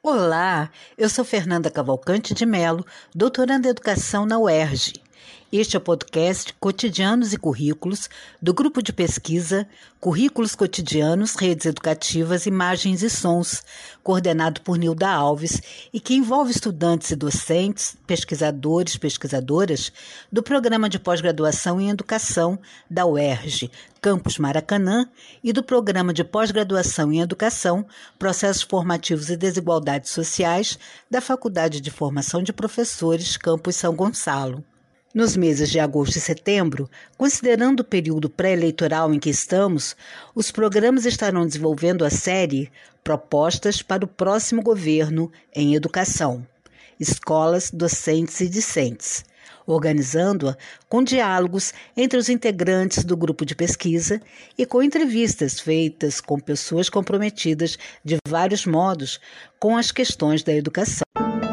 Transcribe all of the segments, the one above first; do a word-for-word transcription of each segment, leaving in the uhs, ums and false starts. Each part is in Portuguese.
Olá, eu sou Fernanda Cavalcante de Melo, doutoranda em Educação na U E R J. Este é o podcast Cotidianos e Currículos, do grupo de pesquisa Currículos Cotidianos, Redes Educativas, Imagens e Sons, coordenado por Nilda Alves, e que envolve estudantes e docentes, pesquisadores, pesquisadoras, do Programa de Pós-Graduação em Educação da U E R J, Campus Maracanã, e do Programa de Pós-Graduação em Educação, Processos Formativos e Desigualdades Sociais, da Faculdade de Formação de Professores, Campus São Gonçalo. Nos meses de agosto e setembro, considerando o período pré-eleitoral em que estamos, os programas estarão desenvolvendo a série Propostas para o Próximo Governo em Educação, Escolas, Docentes e Discentes, organizando-a com diálogos entre os integrantes do grupo de pesquisa e com entrevistas feitas com pessoas comprometidas de vários modos com as questões da educação.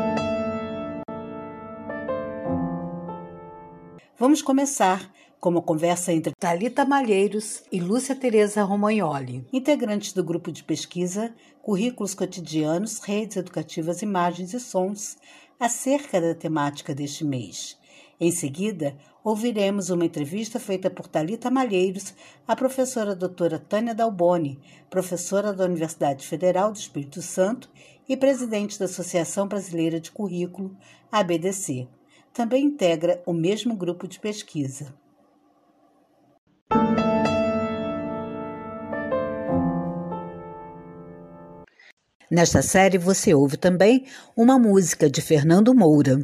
Vamos começar com uma conversa entre Thalita Malheiros e Lúcia Tereza Romagnoli, integrantes do grupo de pesquisa Currículos Cotidianos, Redes Educativas, Imagens e Sons, acerca da temática deste mês. Em seguida, ouviremos uma entrevista feita por Thalita Malheiros à professora doutora Tânia Dalboni, professora da Universidade Federal do Espírito Santo e presidente da Associação Brasileira de Currículo, A B D C. Também integra o mesmo grupo de pesquisa. Nesta série você ouve também uma música de Fernando Moura.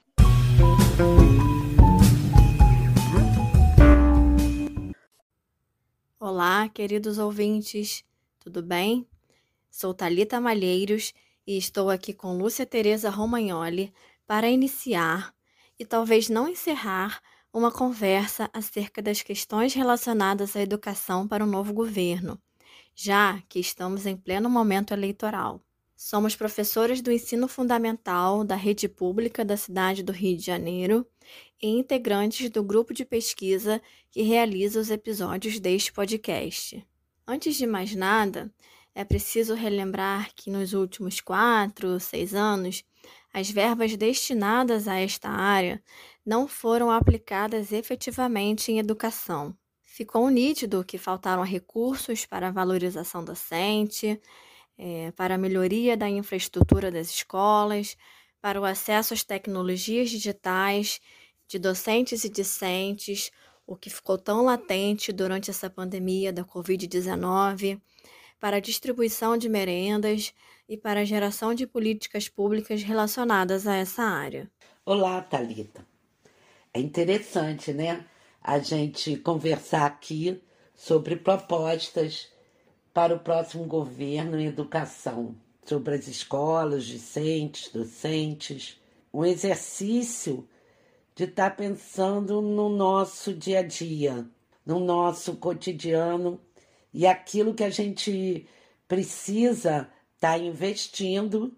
Olá, queridos ouvintes, tudo bem? Sou Thalita Malheiros e estou aqui com Lúcia Tereza Romagnoli para iniciar e talvez não encerrar uma conversa acerca das questões relacionadas à educação para o novo governo, já que estamos em pleno momento eleitoral. Somos professores do ensino fundamental da rede pública da cidade do Rio de Janeiro e integrantes do grupo de pesquisa que realiza os episódios deste podcast. Antes de mais nada, é preciso relembrar que nos últimos quatro, seis anos, as verbas destinadas a esta área não foram aplicadas efetivamente em educação. Ficou nítido que faltaram recursos para a valorização docente, é, para a melhoria da infraestrutura das escolas, para o acesso às tecnologias digitais de docentes e discentes, o que ficou tão latente durante essa pandemia da covid dezenove, para a distribuição de merendas e para a geração de políticas públicas relacionadas a essa área. Olá, Thalita. É interessante, né, a gente conversar aqui sobre propostas para o próximo governo em educação, sobre as escolas, discentes, docentes, um exercício de estar pensando no nosso dia a dia, no nosso cotidiano e aquilo que a gente precisa estar investindo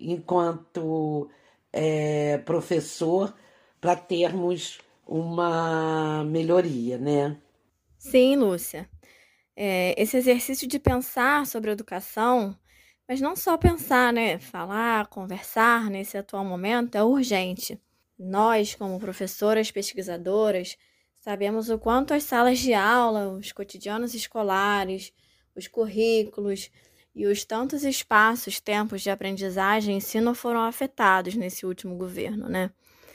enquanto é, professor para termos uma melhoria, né? Sim, Lúcia. É, esse exercício de pensar sobre educação, mas não só pensar, né? Falar, conversar nesse atual momento é urgente. Nós, como professoras pesquisadoras, sabemos o quanto as salas de aula, os cotidianos escolares, os currículos e os tantos espaços, tempos de aprendizagem e ensino foram afetados nesse último governo, né?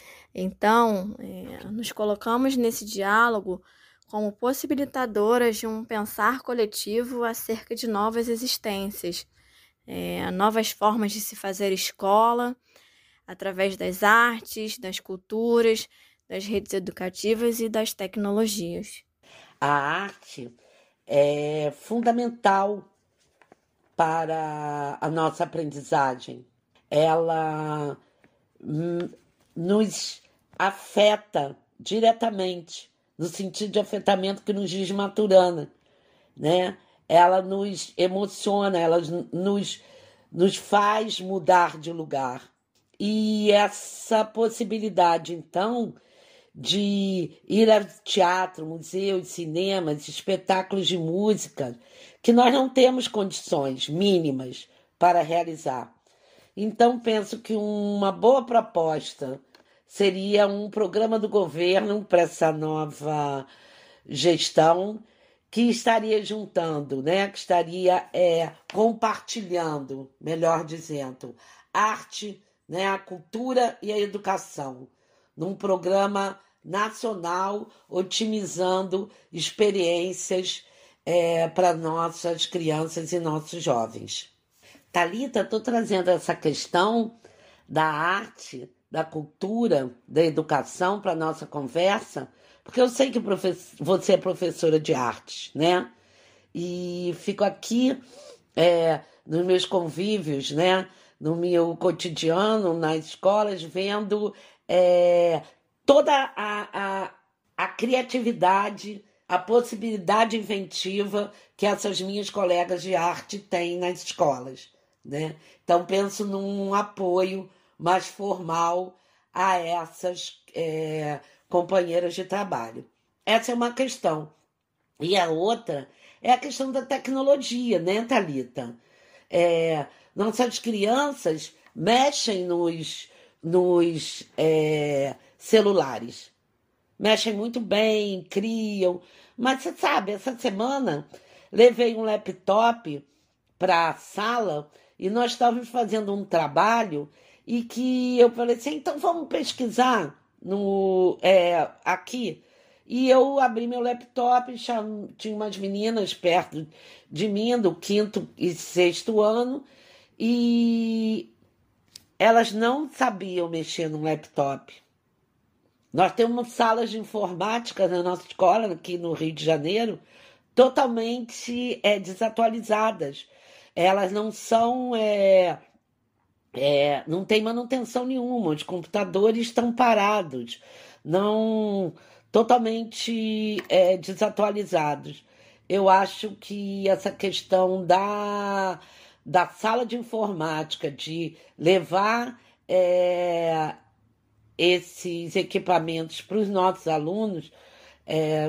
Então, é, nos colocamos nesse diálogo como possibilitadoras de um pensar coletivo acerca de novas existências, é, novas formas de se fazer escola, através das artes, das culturas, das redes educativas e das tecnologias. A arte é fundamental para a nossa aprendizagem. Ela hum, nos afeta diretamente, no sentido de afetamento que nos desmaturana, né? Ela nos emociona, ela nos, nos faz mudar de lugar. E essa possibilidade, então, de ir ao teatro, museus, cinemas, espetáculos de música, que nós não temos condições mínimas para realizar. Então, penso que uma boa proposta seria um programa do governo para essa nova gestão que estaria juntando, né? Que estaria é, compartilhando, melhor dizendo, arte, né? A cultura e a educação, num programa nacional, otimizando experiências é, para nossas crianças e nossos jovens. Thalita, estou trazendo essa questão da arte, da cultura, da educação para a nossa conversa, porque eu sei que você é professora de artes, né? E fico aqui é, nos meus convívios, né? No meu cotidiano, nas escolas, vendo é, toda a, a, a criatividade, a possibilidade inventiva que essas minhas colegas de arte têm nas escolas, né? Então, penso num apoio mais formal a essas é, companheiras de trabalho. Essa é uma questão. E a outra é a questão da tecnologia, né, Thalita? É, nossas crianças mexem nos, nos é, celulares. Mexem muito bem, criam. Mas você sabe, essa semana levei um laptop para a sala e nós estávamos fazendo um trabalho e que eu falei assim, então vamos pesquisar no, é, aqui. E eu abri meu laptop, já tinha umas meninas perto de mim, do quinto e sexto ano, e elas não sabiam mexer no laptop. Nós temos salas de informática na nossa escola, aqui no Rio de Janeiro, totalmente é, desatualizadas. Elas não são... É, é, não tem manutenção nenhuma, os computadores estão parados, não totalmente é, desatualizados. Eu acho que essa questão da, da sala de informática, de levar é, esses equipamentos para os nossos alunos, é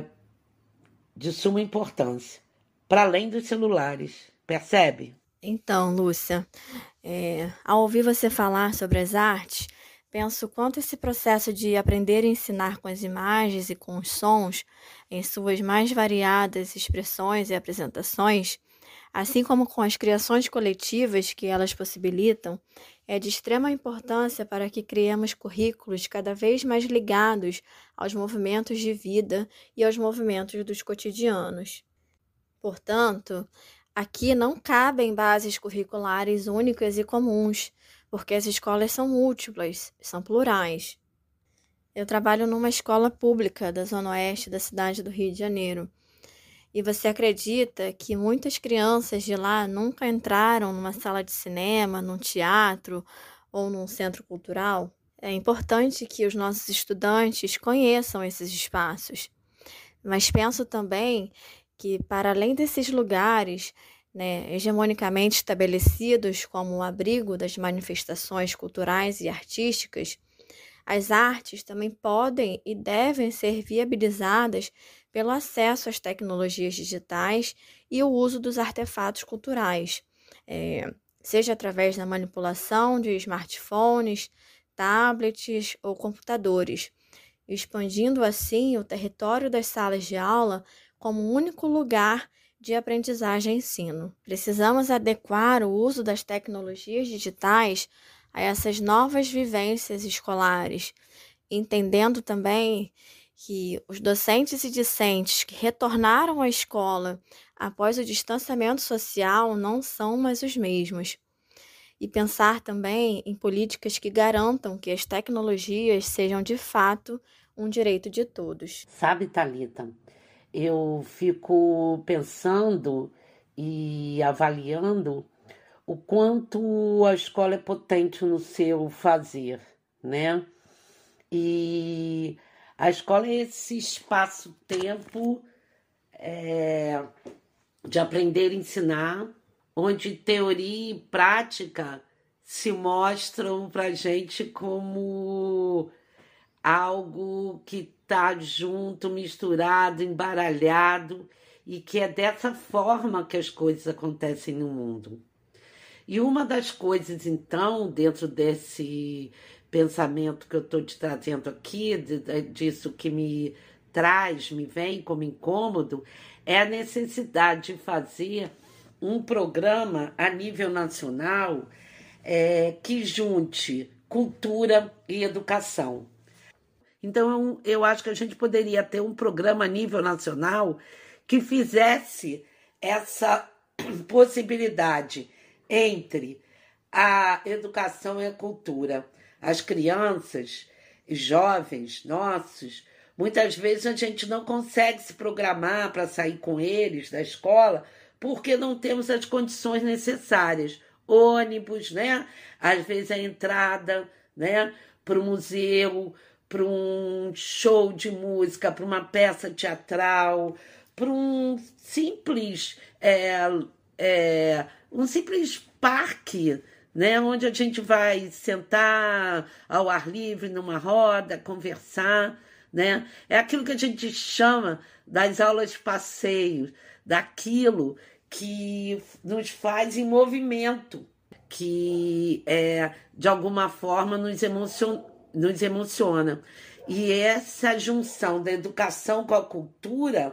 de suma importância, para além dos celulares, percebe? Então, Lúcia, é, ao ouvir você falar sobre as artes, penso o quanto esse processo de aprender e ensinar com as imagens e com os sons, em suas mais variadas expressões e apresentações, assim como com as criações coletivas que elas possibilitam, é de extrema importância para que criemos currículos cada vez mais ligados aos movimentos de vida e aos movimentos dos cotidianos. Portanto, aqui não cabem bases curriculares únicas e comuns, porque as escolas são múltiplas, são plurais. Eu trabalho numa escola pública da Zona Oeste da cidade do Rio de Janeiro. E você acredita que muitas crianças de lá nunca entraram numa sala de cinema, num teatro ou num centro cultural? É importante que os nossos estudantes conheçam esses espaços. Mas penso também que, para além desses lugares, né, hegemonicamente estabelecidos como o abrigo das manifestações culturais e artísticas, as artes também podem e devem ser viabilizadas pelo acesso às tecnologias digitais e o uso dos artefatos culturais, é, seja através da manipulação de smartphones, tablets ou computadores, expandindo assim o território das salas de aula como único lugar de aprendizagem e ensino. Precisamos adequar o uso das tecnologias digitais a essas novas vivências escolares, entendendo também que os docentes e discentes que retornaram à escola após o distanciamento social não são mais os mesmos. E pensar também em políticas que garantam que as tecnologias sejam de fato um direito de todos. Sabe, Thalita, eu fico pensando e avaliando o quanto a escola é potente no seu fazer, né? E a escola é esse espaço-tempo é, de aprender e ensinar, onde teoria e prática se mostram para a gente como algo que está junto, misturado, embaralhado, e que é dessa forma que as coisas acontecem no mundo. E uma das coisas, então, dentro desse pensamento que eu estou te trazendo aqui, de, de, disso que me traz, me vem como incômodo, é a necessidade de fazer um programa a nível nacional é, que junte cultura e educação. Então, eu acho que a gente poderia ter um programa a nível nacional que fizesse essa possibilidade entre a educação e a cultura. As crianças e jovens nossos, muitas vezes a gente não consegue se programar para sair com eles da escola porque não temos as condições necessárias. Ônibus, né? Às vezes a entrada, né? Para o museu, para um show de música, para uma peça teatral, para um simples, é, é, um simples parque, né, onde a gente vai sentar ao ar livre numa roda, conversar, né? É aquilo que a gente chama das aulas de passeio, daquilo que nos faz em movimento, que é, de alguma forma nos emociona, nos emociona. E essa junção da educação com a cultura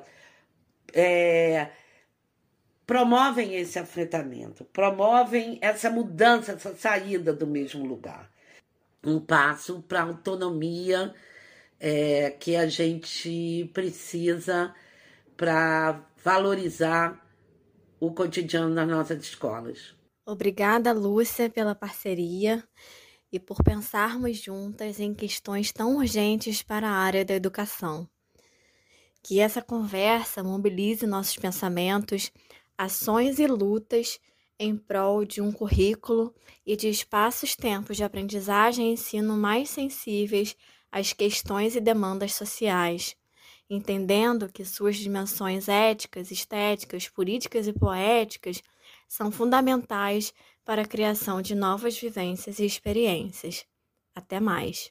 é, promovem esse afetamento, promovem essa mudança, essa saída do mesmo lugar. Um passo para a autonomia é, que a gente precisa para valorizar o cotidiano nas nossas escolas. Obrigada, Lúcia, pela parceria e por pensarmos juntas em questões tão urgentes para a área da educação. Que essa conversa mobilize nossos pensamentos, ações e lutas em prol de um currículo e de espaços-tempos de aprendizagem e ensino mais sensíveis às questões e demandas sociais, entendendo que suas dimensões éticas, estéticas, políticas e poéticas são fundamentais para a criação de novas vivências e experiências. Até mais!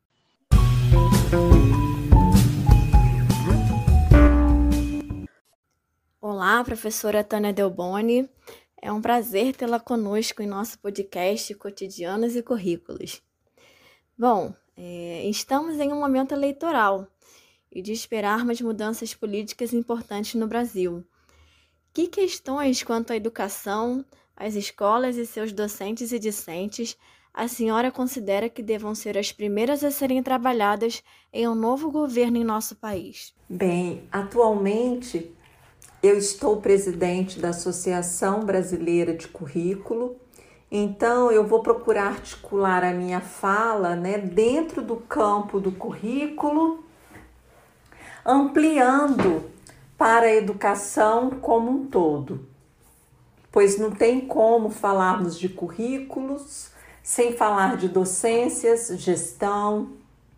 Olá, professora Tânia Delboni. É um prazer tê-la conosco em nosso podcast Cotidianos e Currículos. Bom, é, estamos em um momento eleitoral e de esperarmos mudanças políticas importantes no Brasil. Que questões quanto à educação, às escolas e seus docentes e discentes a senhora considera que devam ser as primeiras a serem trabalhadas em um novo governo em nosso país? Bem, atualmente eu estou presidente da Associação Brasileira de Currículo, então eu vou procurar articular a minha fala, né, dentro do campo do currículo, ampliando para a educação como um todo, pois não tem como falarmos de currículos sem falar de docências, gestão,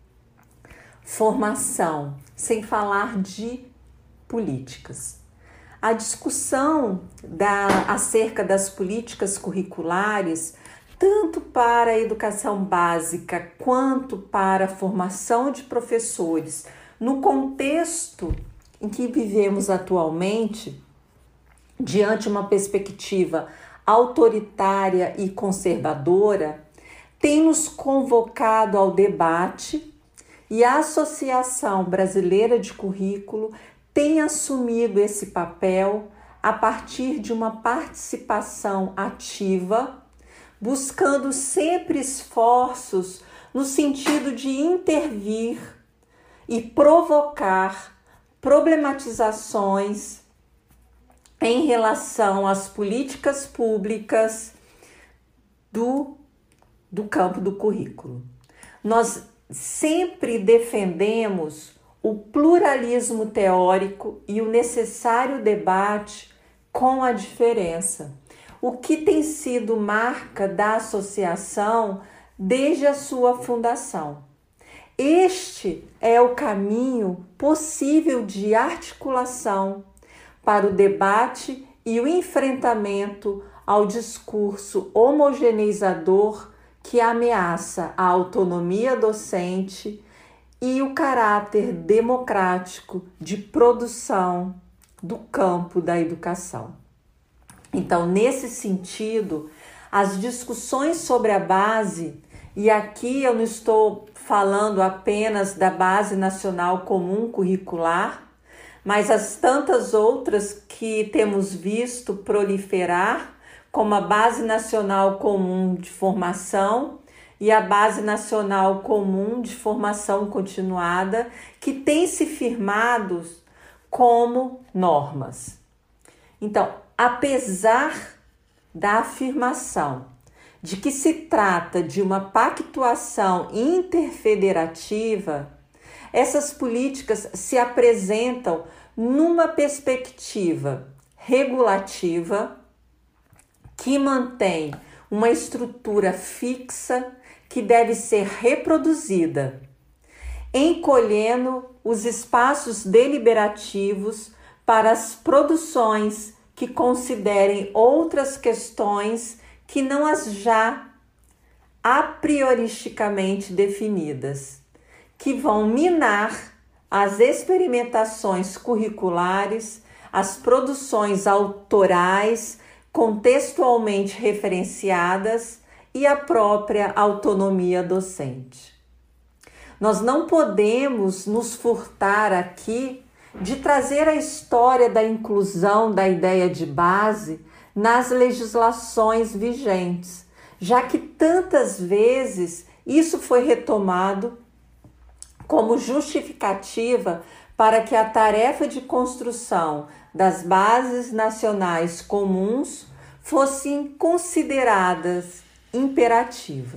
formação, sem falar de políticas. A discussão da, acerca das políticas curriculares, tanto para a educação básica quanto para a formação de professores, no contexto em que vivemos atualmente, diante de uma perspectiva autoritária e conservadora, tem nos convocado ao debate e a Associação Brasileira de Currículo tem assumido esse papel a partir de uma participação ativa, buscando sempre esforços no sentido de intervir e provocar problematizações em relação às políticas públicas do, do campo do currículo. Nós sempre defendemos o pluralismo teórico e o necessário debate com a diferença, o que tem sido marca da associação desde a sua fundação. Este é o caminho possível de articulação para o debate e o enfrentamento ao discurso homogeneizador que ameaça a autonomia docente e o caráter democrático de produção do campo da educação. Então, nesse sentido, As discussões sobre a base, e aqui eu não estou falando apenas da Base Nacional Comum Curricular, mas as tantas outras que temos visto proliferar, como a Base Nacional Comum de Formação e a Base Nacional Comum de Formação Continuada, que têm se firmado como normas. Então, apesar da afirmação de que se trata de uma pactuação interfederativa, essas políticas se apresentam numa perspectiva regulativa que mantém uma estrutura fixa que deve ser reproduzida, encolhendo os espaços deliberativos para as produções que considerem outras questões que não as já a prioristicamente definidas, que vão minar as experimentações curriculares, as produções autorais, contextualmente referenciadas e a própria autonomia docente. Nós não podemos nos furtar aqui de trazer a história da inclusão da ideia de base nas legislações vigentes, já que tantas vezes isso foi retomado como justificativa para que a tarefa de construção das bases nacionais comuns fossem consideradas imperativa.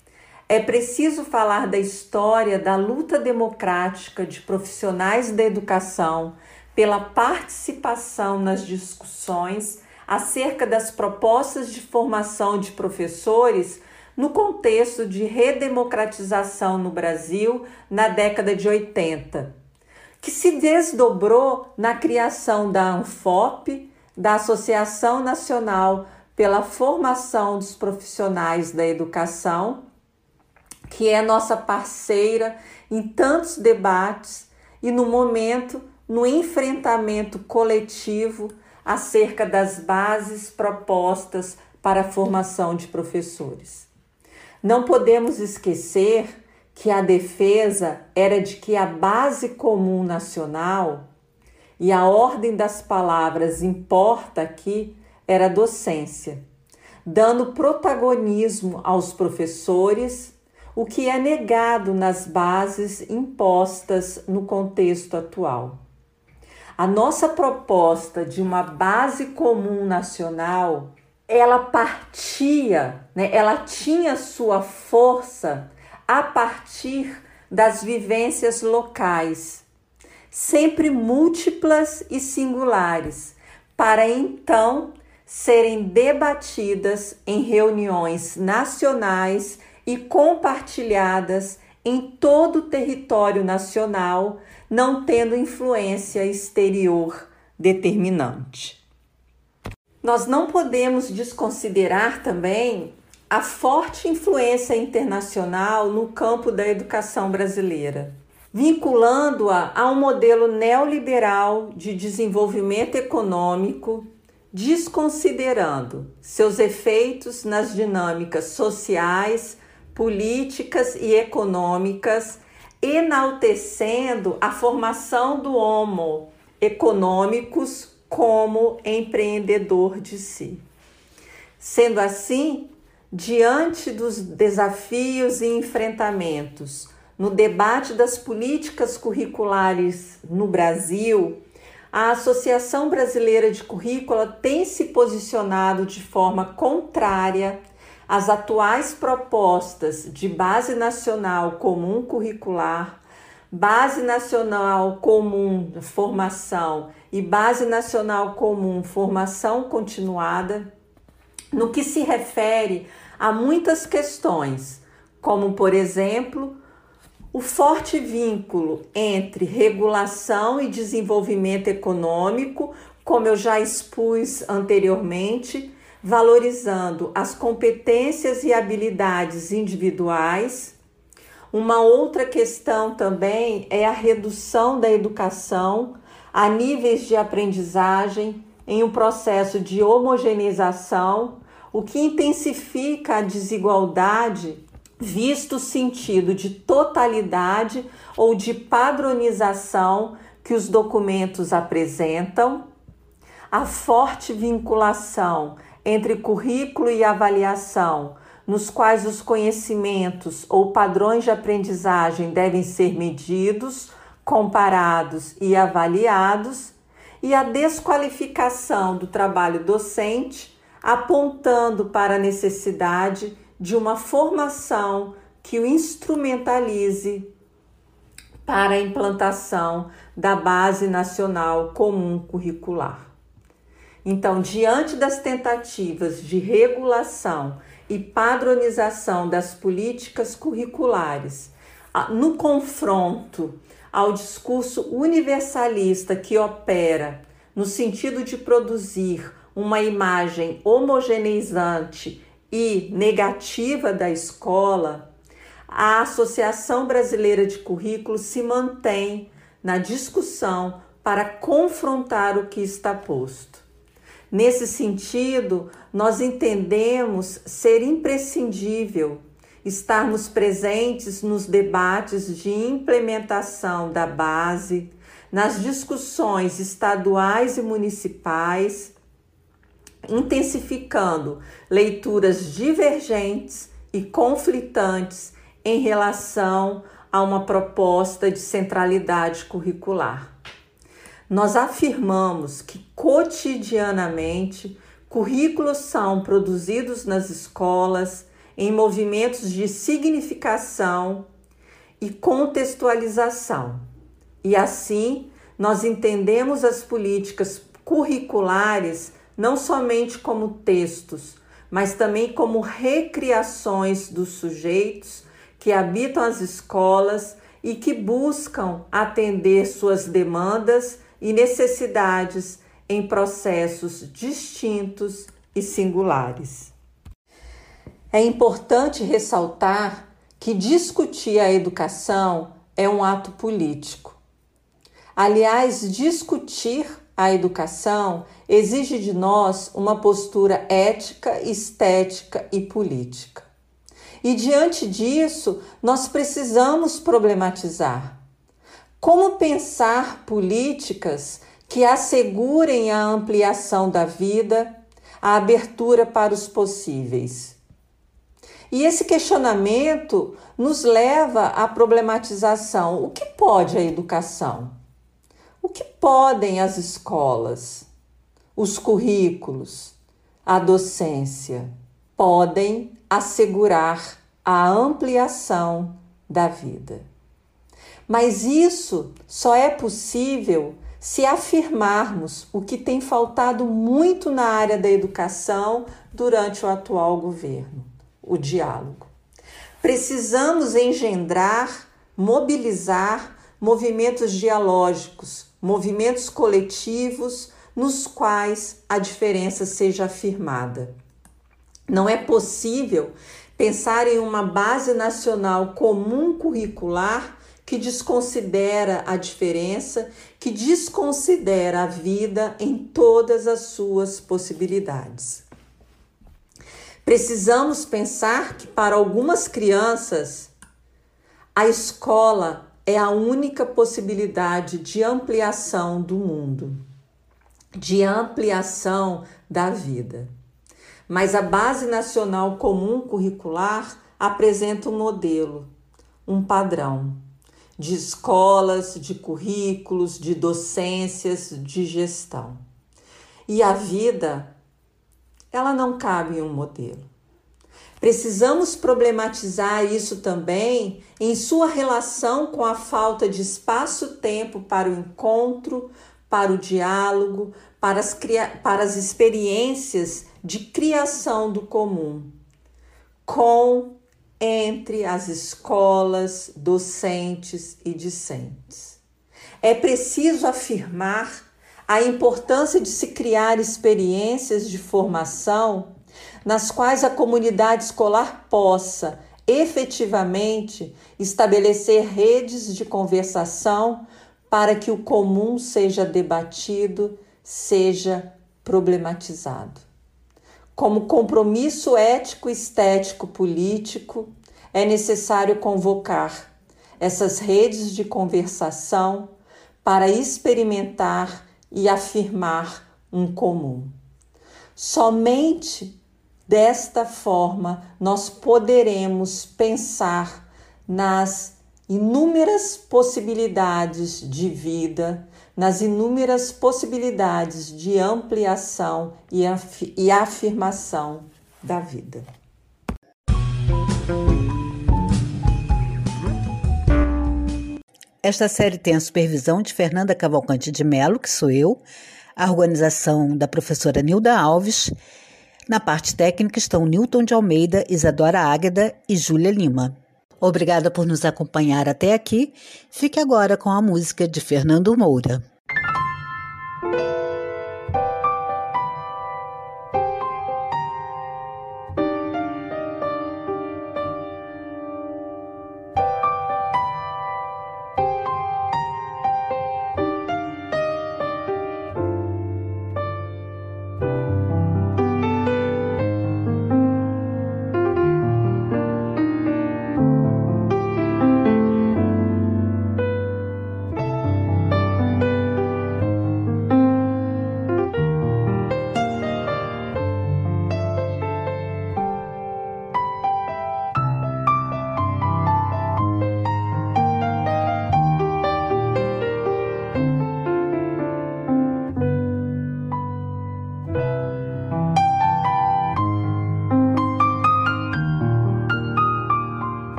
É preciso falar da história da luta democrática de profissionais da educação pela participação nas discussões acerca das propostas de formação de professores no contexto de redemocratização no Brasil na década de oitenta, que se desdobrou na criação da ANFOP, da Associação Nacional pela Formação dos Profissionais da Educação, que é nossa parceira em tantos debates e no momento, no enfrentamento coletivo acerca das bases propostas para a formação de professores. Não podemos esquecer que a defesa era de que a base comum nacional, e a ordem das palavras importa aqui, era a docência, dando protagonismo aos professores, o que é negado nas bases impostas no contexto atual. A nossa proposta de uma base comum nacional, ela partia, né, ela tinha sua força a partir das vivências locais, sempre múltiplas e singulares, para então serem debatidas em reuniões nacionais e compartilhadas em todo o território nacional, não tendo influência exterior determinante. Nós não podemos desconsiderar também a forte influência internacional no campo da educação brasileira, vinculando-a a um modelo neoliberal de desenvolvimento econômico, desconsiderando seus efeitos nas dinâmicas sociais, políticas e econômicas, enaltecendo a formação do homo econômicos como empreendedor de si. Sendo assim, diante dos desafios e enfrentamentos no debate das políticas curriculares no Brasil, a Associação Brasileira de Currícula tem se posicionado de forma contrária às atuais propostas de Base Nacional Comum Curricular, Base Nacional Comum Formação e Base Nacional Comum Formação Continuada, no que se refere a muitas questões, como, por exemplo, o forte vínculo entre regulação e desenvolvimento econômico, como eu já expus anteriormente, valorizando as competências e habilidades individuais. Uma outra questão também é a redução da educação a níveis de aprendizagem em um processo de homogeneização, o que intensifica a desigualdade, visto o sentido de totalidade ou de padronização que os documentos apresentam, a forte vinculação entre currículo e avaliação, nos quais os conhecimentos ou padrões de aprendizagem devem ser medidos, comparados e avaliados, e a desqualificação do trabalho docente, apontando para a necessidade de uma formação que o instrumentalize para a implantação da Base Nacional Comum Curricular. Então, diante das tentativas de regulação e padronização das políticas curriculares, no confronto ao discurso universalista que opera no sentido de produzir uma imagem homogeneizante e negativa da escola, a Associação Brasileira de Currículos se mantém na discussão para confrontar o que está posto. Nesse sentido, nós entendemos ser imprescindível estarmos presentes nos debates de implementação da base, nas discussões estaduais e municipais, intensificando leituras divergentes e conflitantes em relação a uma proposta de centralidade curricular. Nós afirmamos que cotidianamente currículos são produzidos nas escolas em movimentos de significação e contextualização. E assim, nós entendemos as políticas curriculares não somente como textos, mas também como recriações dos sujeitos que habitam as escolas e que buscam atender suas demandas e necessidades em processos distintos e singulares. É importante ressaltar que discutir a educação é um ato político. Aliás, discutir a educação exige de nós uma postura ética, estética e política. E diante disso, nós precisamos problematizar. Como pensar políticas que assegurem a ampliação da vida, a abertura para os possíveis? E esse questionamento nos leva à problematização. O que pode a educação? O que podem as escolas, os currículos, a docência? Podem assegurar a ampliação da vida. Mas isso só é possível se afirmarmos o que tem faltado muito na área da educação durante o atual governo: o diálogo. Precisamos engendrar, mobilizar movimentos dialógicos, movimentos coletivos nos quais a diferença seja afirmada. Não é possível pensar em uma base nacional comum curricular que desconsidera a diferença, que desconsidera a vida em todas as suas possibilidades. Precisamos pensar que para algumas crianças a escola é a única possibilidade de ampliação do mundo, de ampliação da vida. Mas a Base Nacional Comum Curricular apresenta um modelo, um padrão de escolas, de currículos, de docências, de gestão. E a vida, ela não cabe em um modelo. Precisamos problematizar isso também em sua relação com a falta de espaço-tempo para o encontro, para o diálogo, para as, para as experiências de criação do comum, com, entre as escolas, docentes e discentes. É preciso afirmar a importância de se criar experiências de formação nas quais a comunidade escolar possa, efetivamente, estabelecer redes de conversação para que o comum seja debatido, seja problematizado. como compromisso ético, estético, político, é necessário convocar essas redes de conversação para experimentar e afirmar um comum. Somente desta forma nós poderemos pensar nas inúmeras possibilidades de vida, nas inúmeras possibilidades de ampliação e, af- e afirmação da vida. Esta série tem a supervisão de Fernanda Cavalcante de Mello, que sou eu, a organização da professora Nilda Alves. Na parte técnica estão Newton de Almeida, Isadora Águeda e Júlia Lima. Obrigada por nos acompanhar até aqui. Fique agora com a música de Fernando Moura.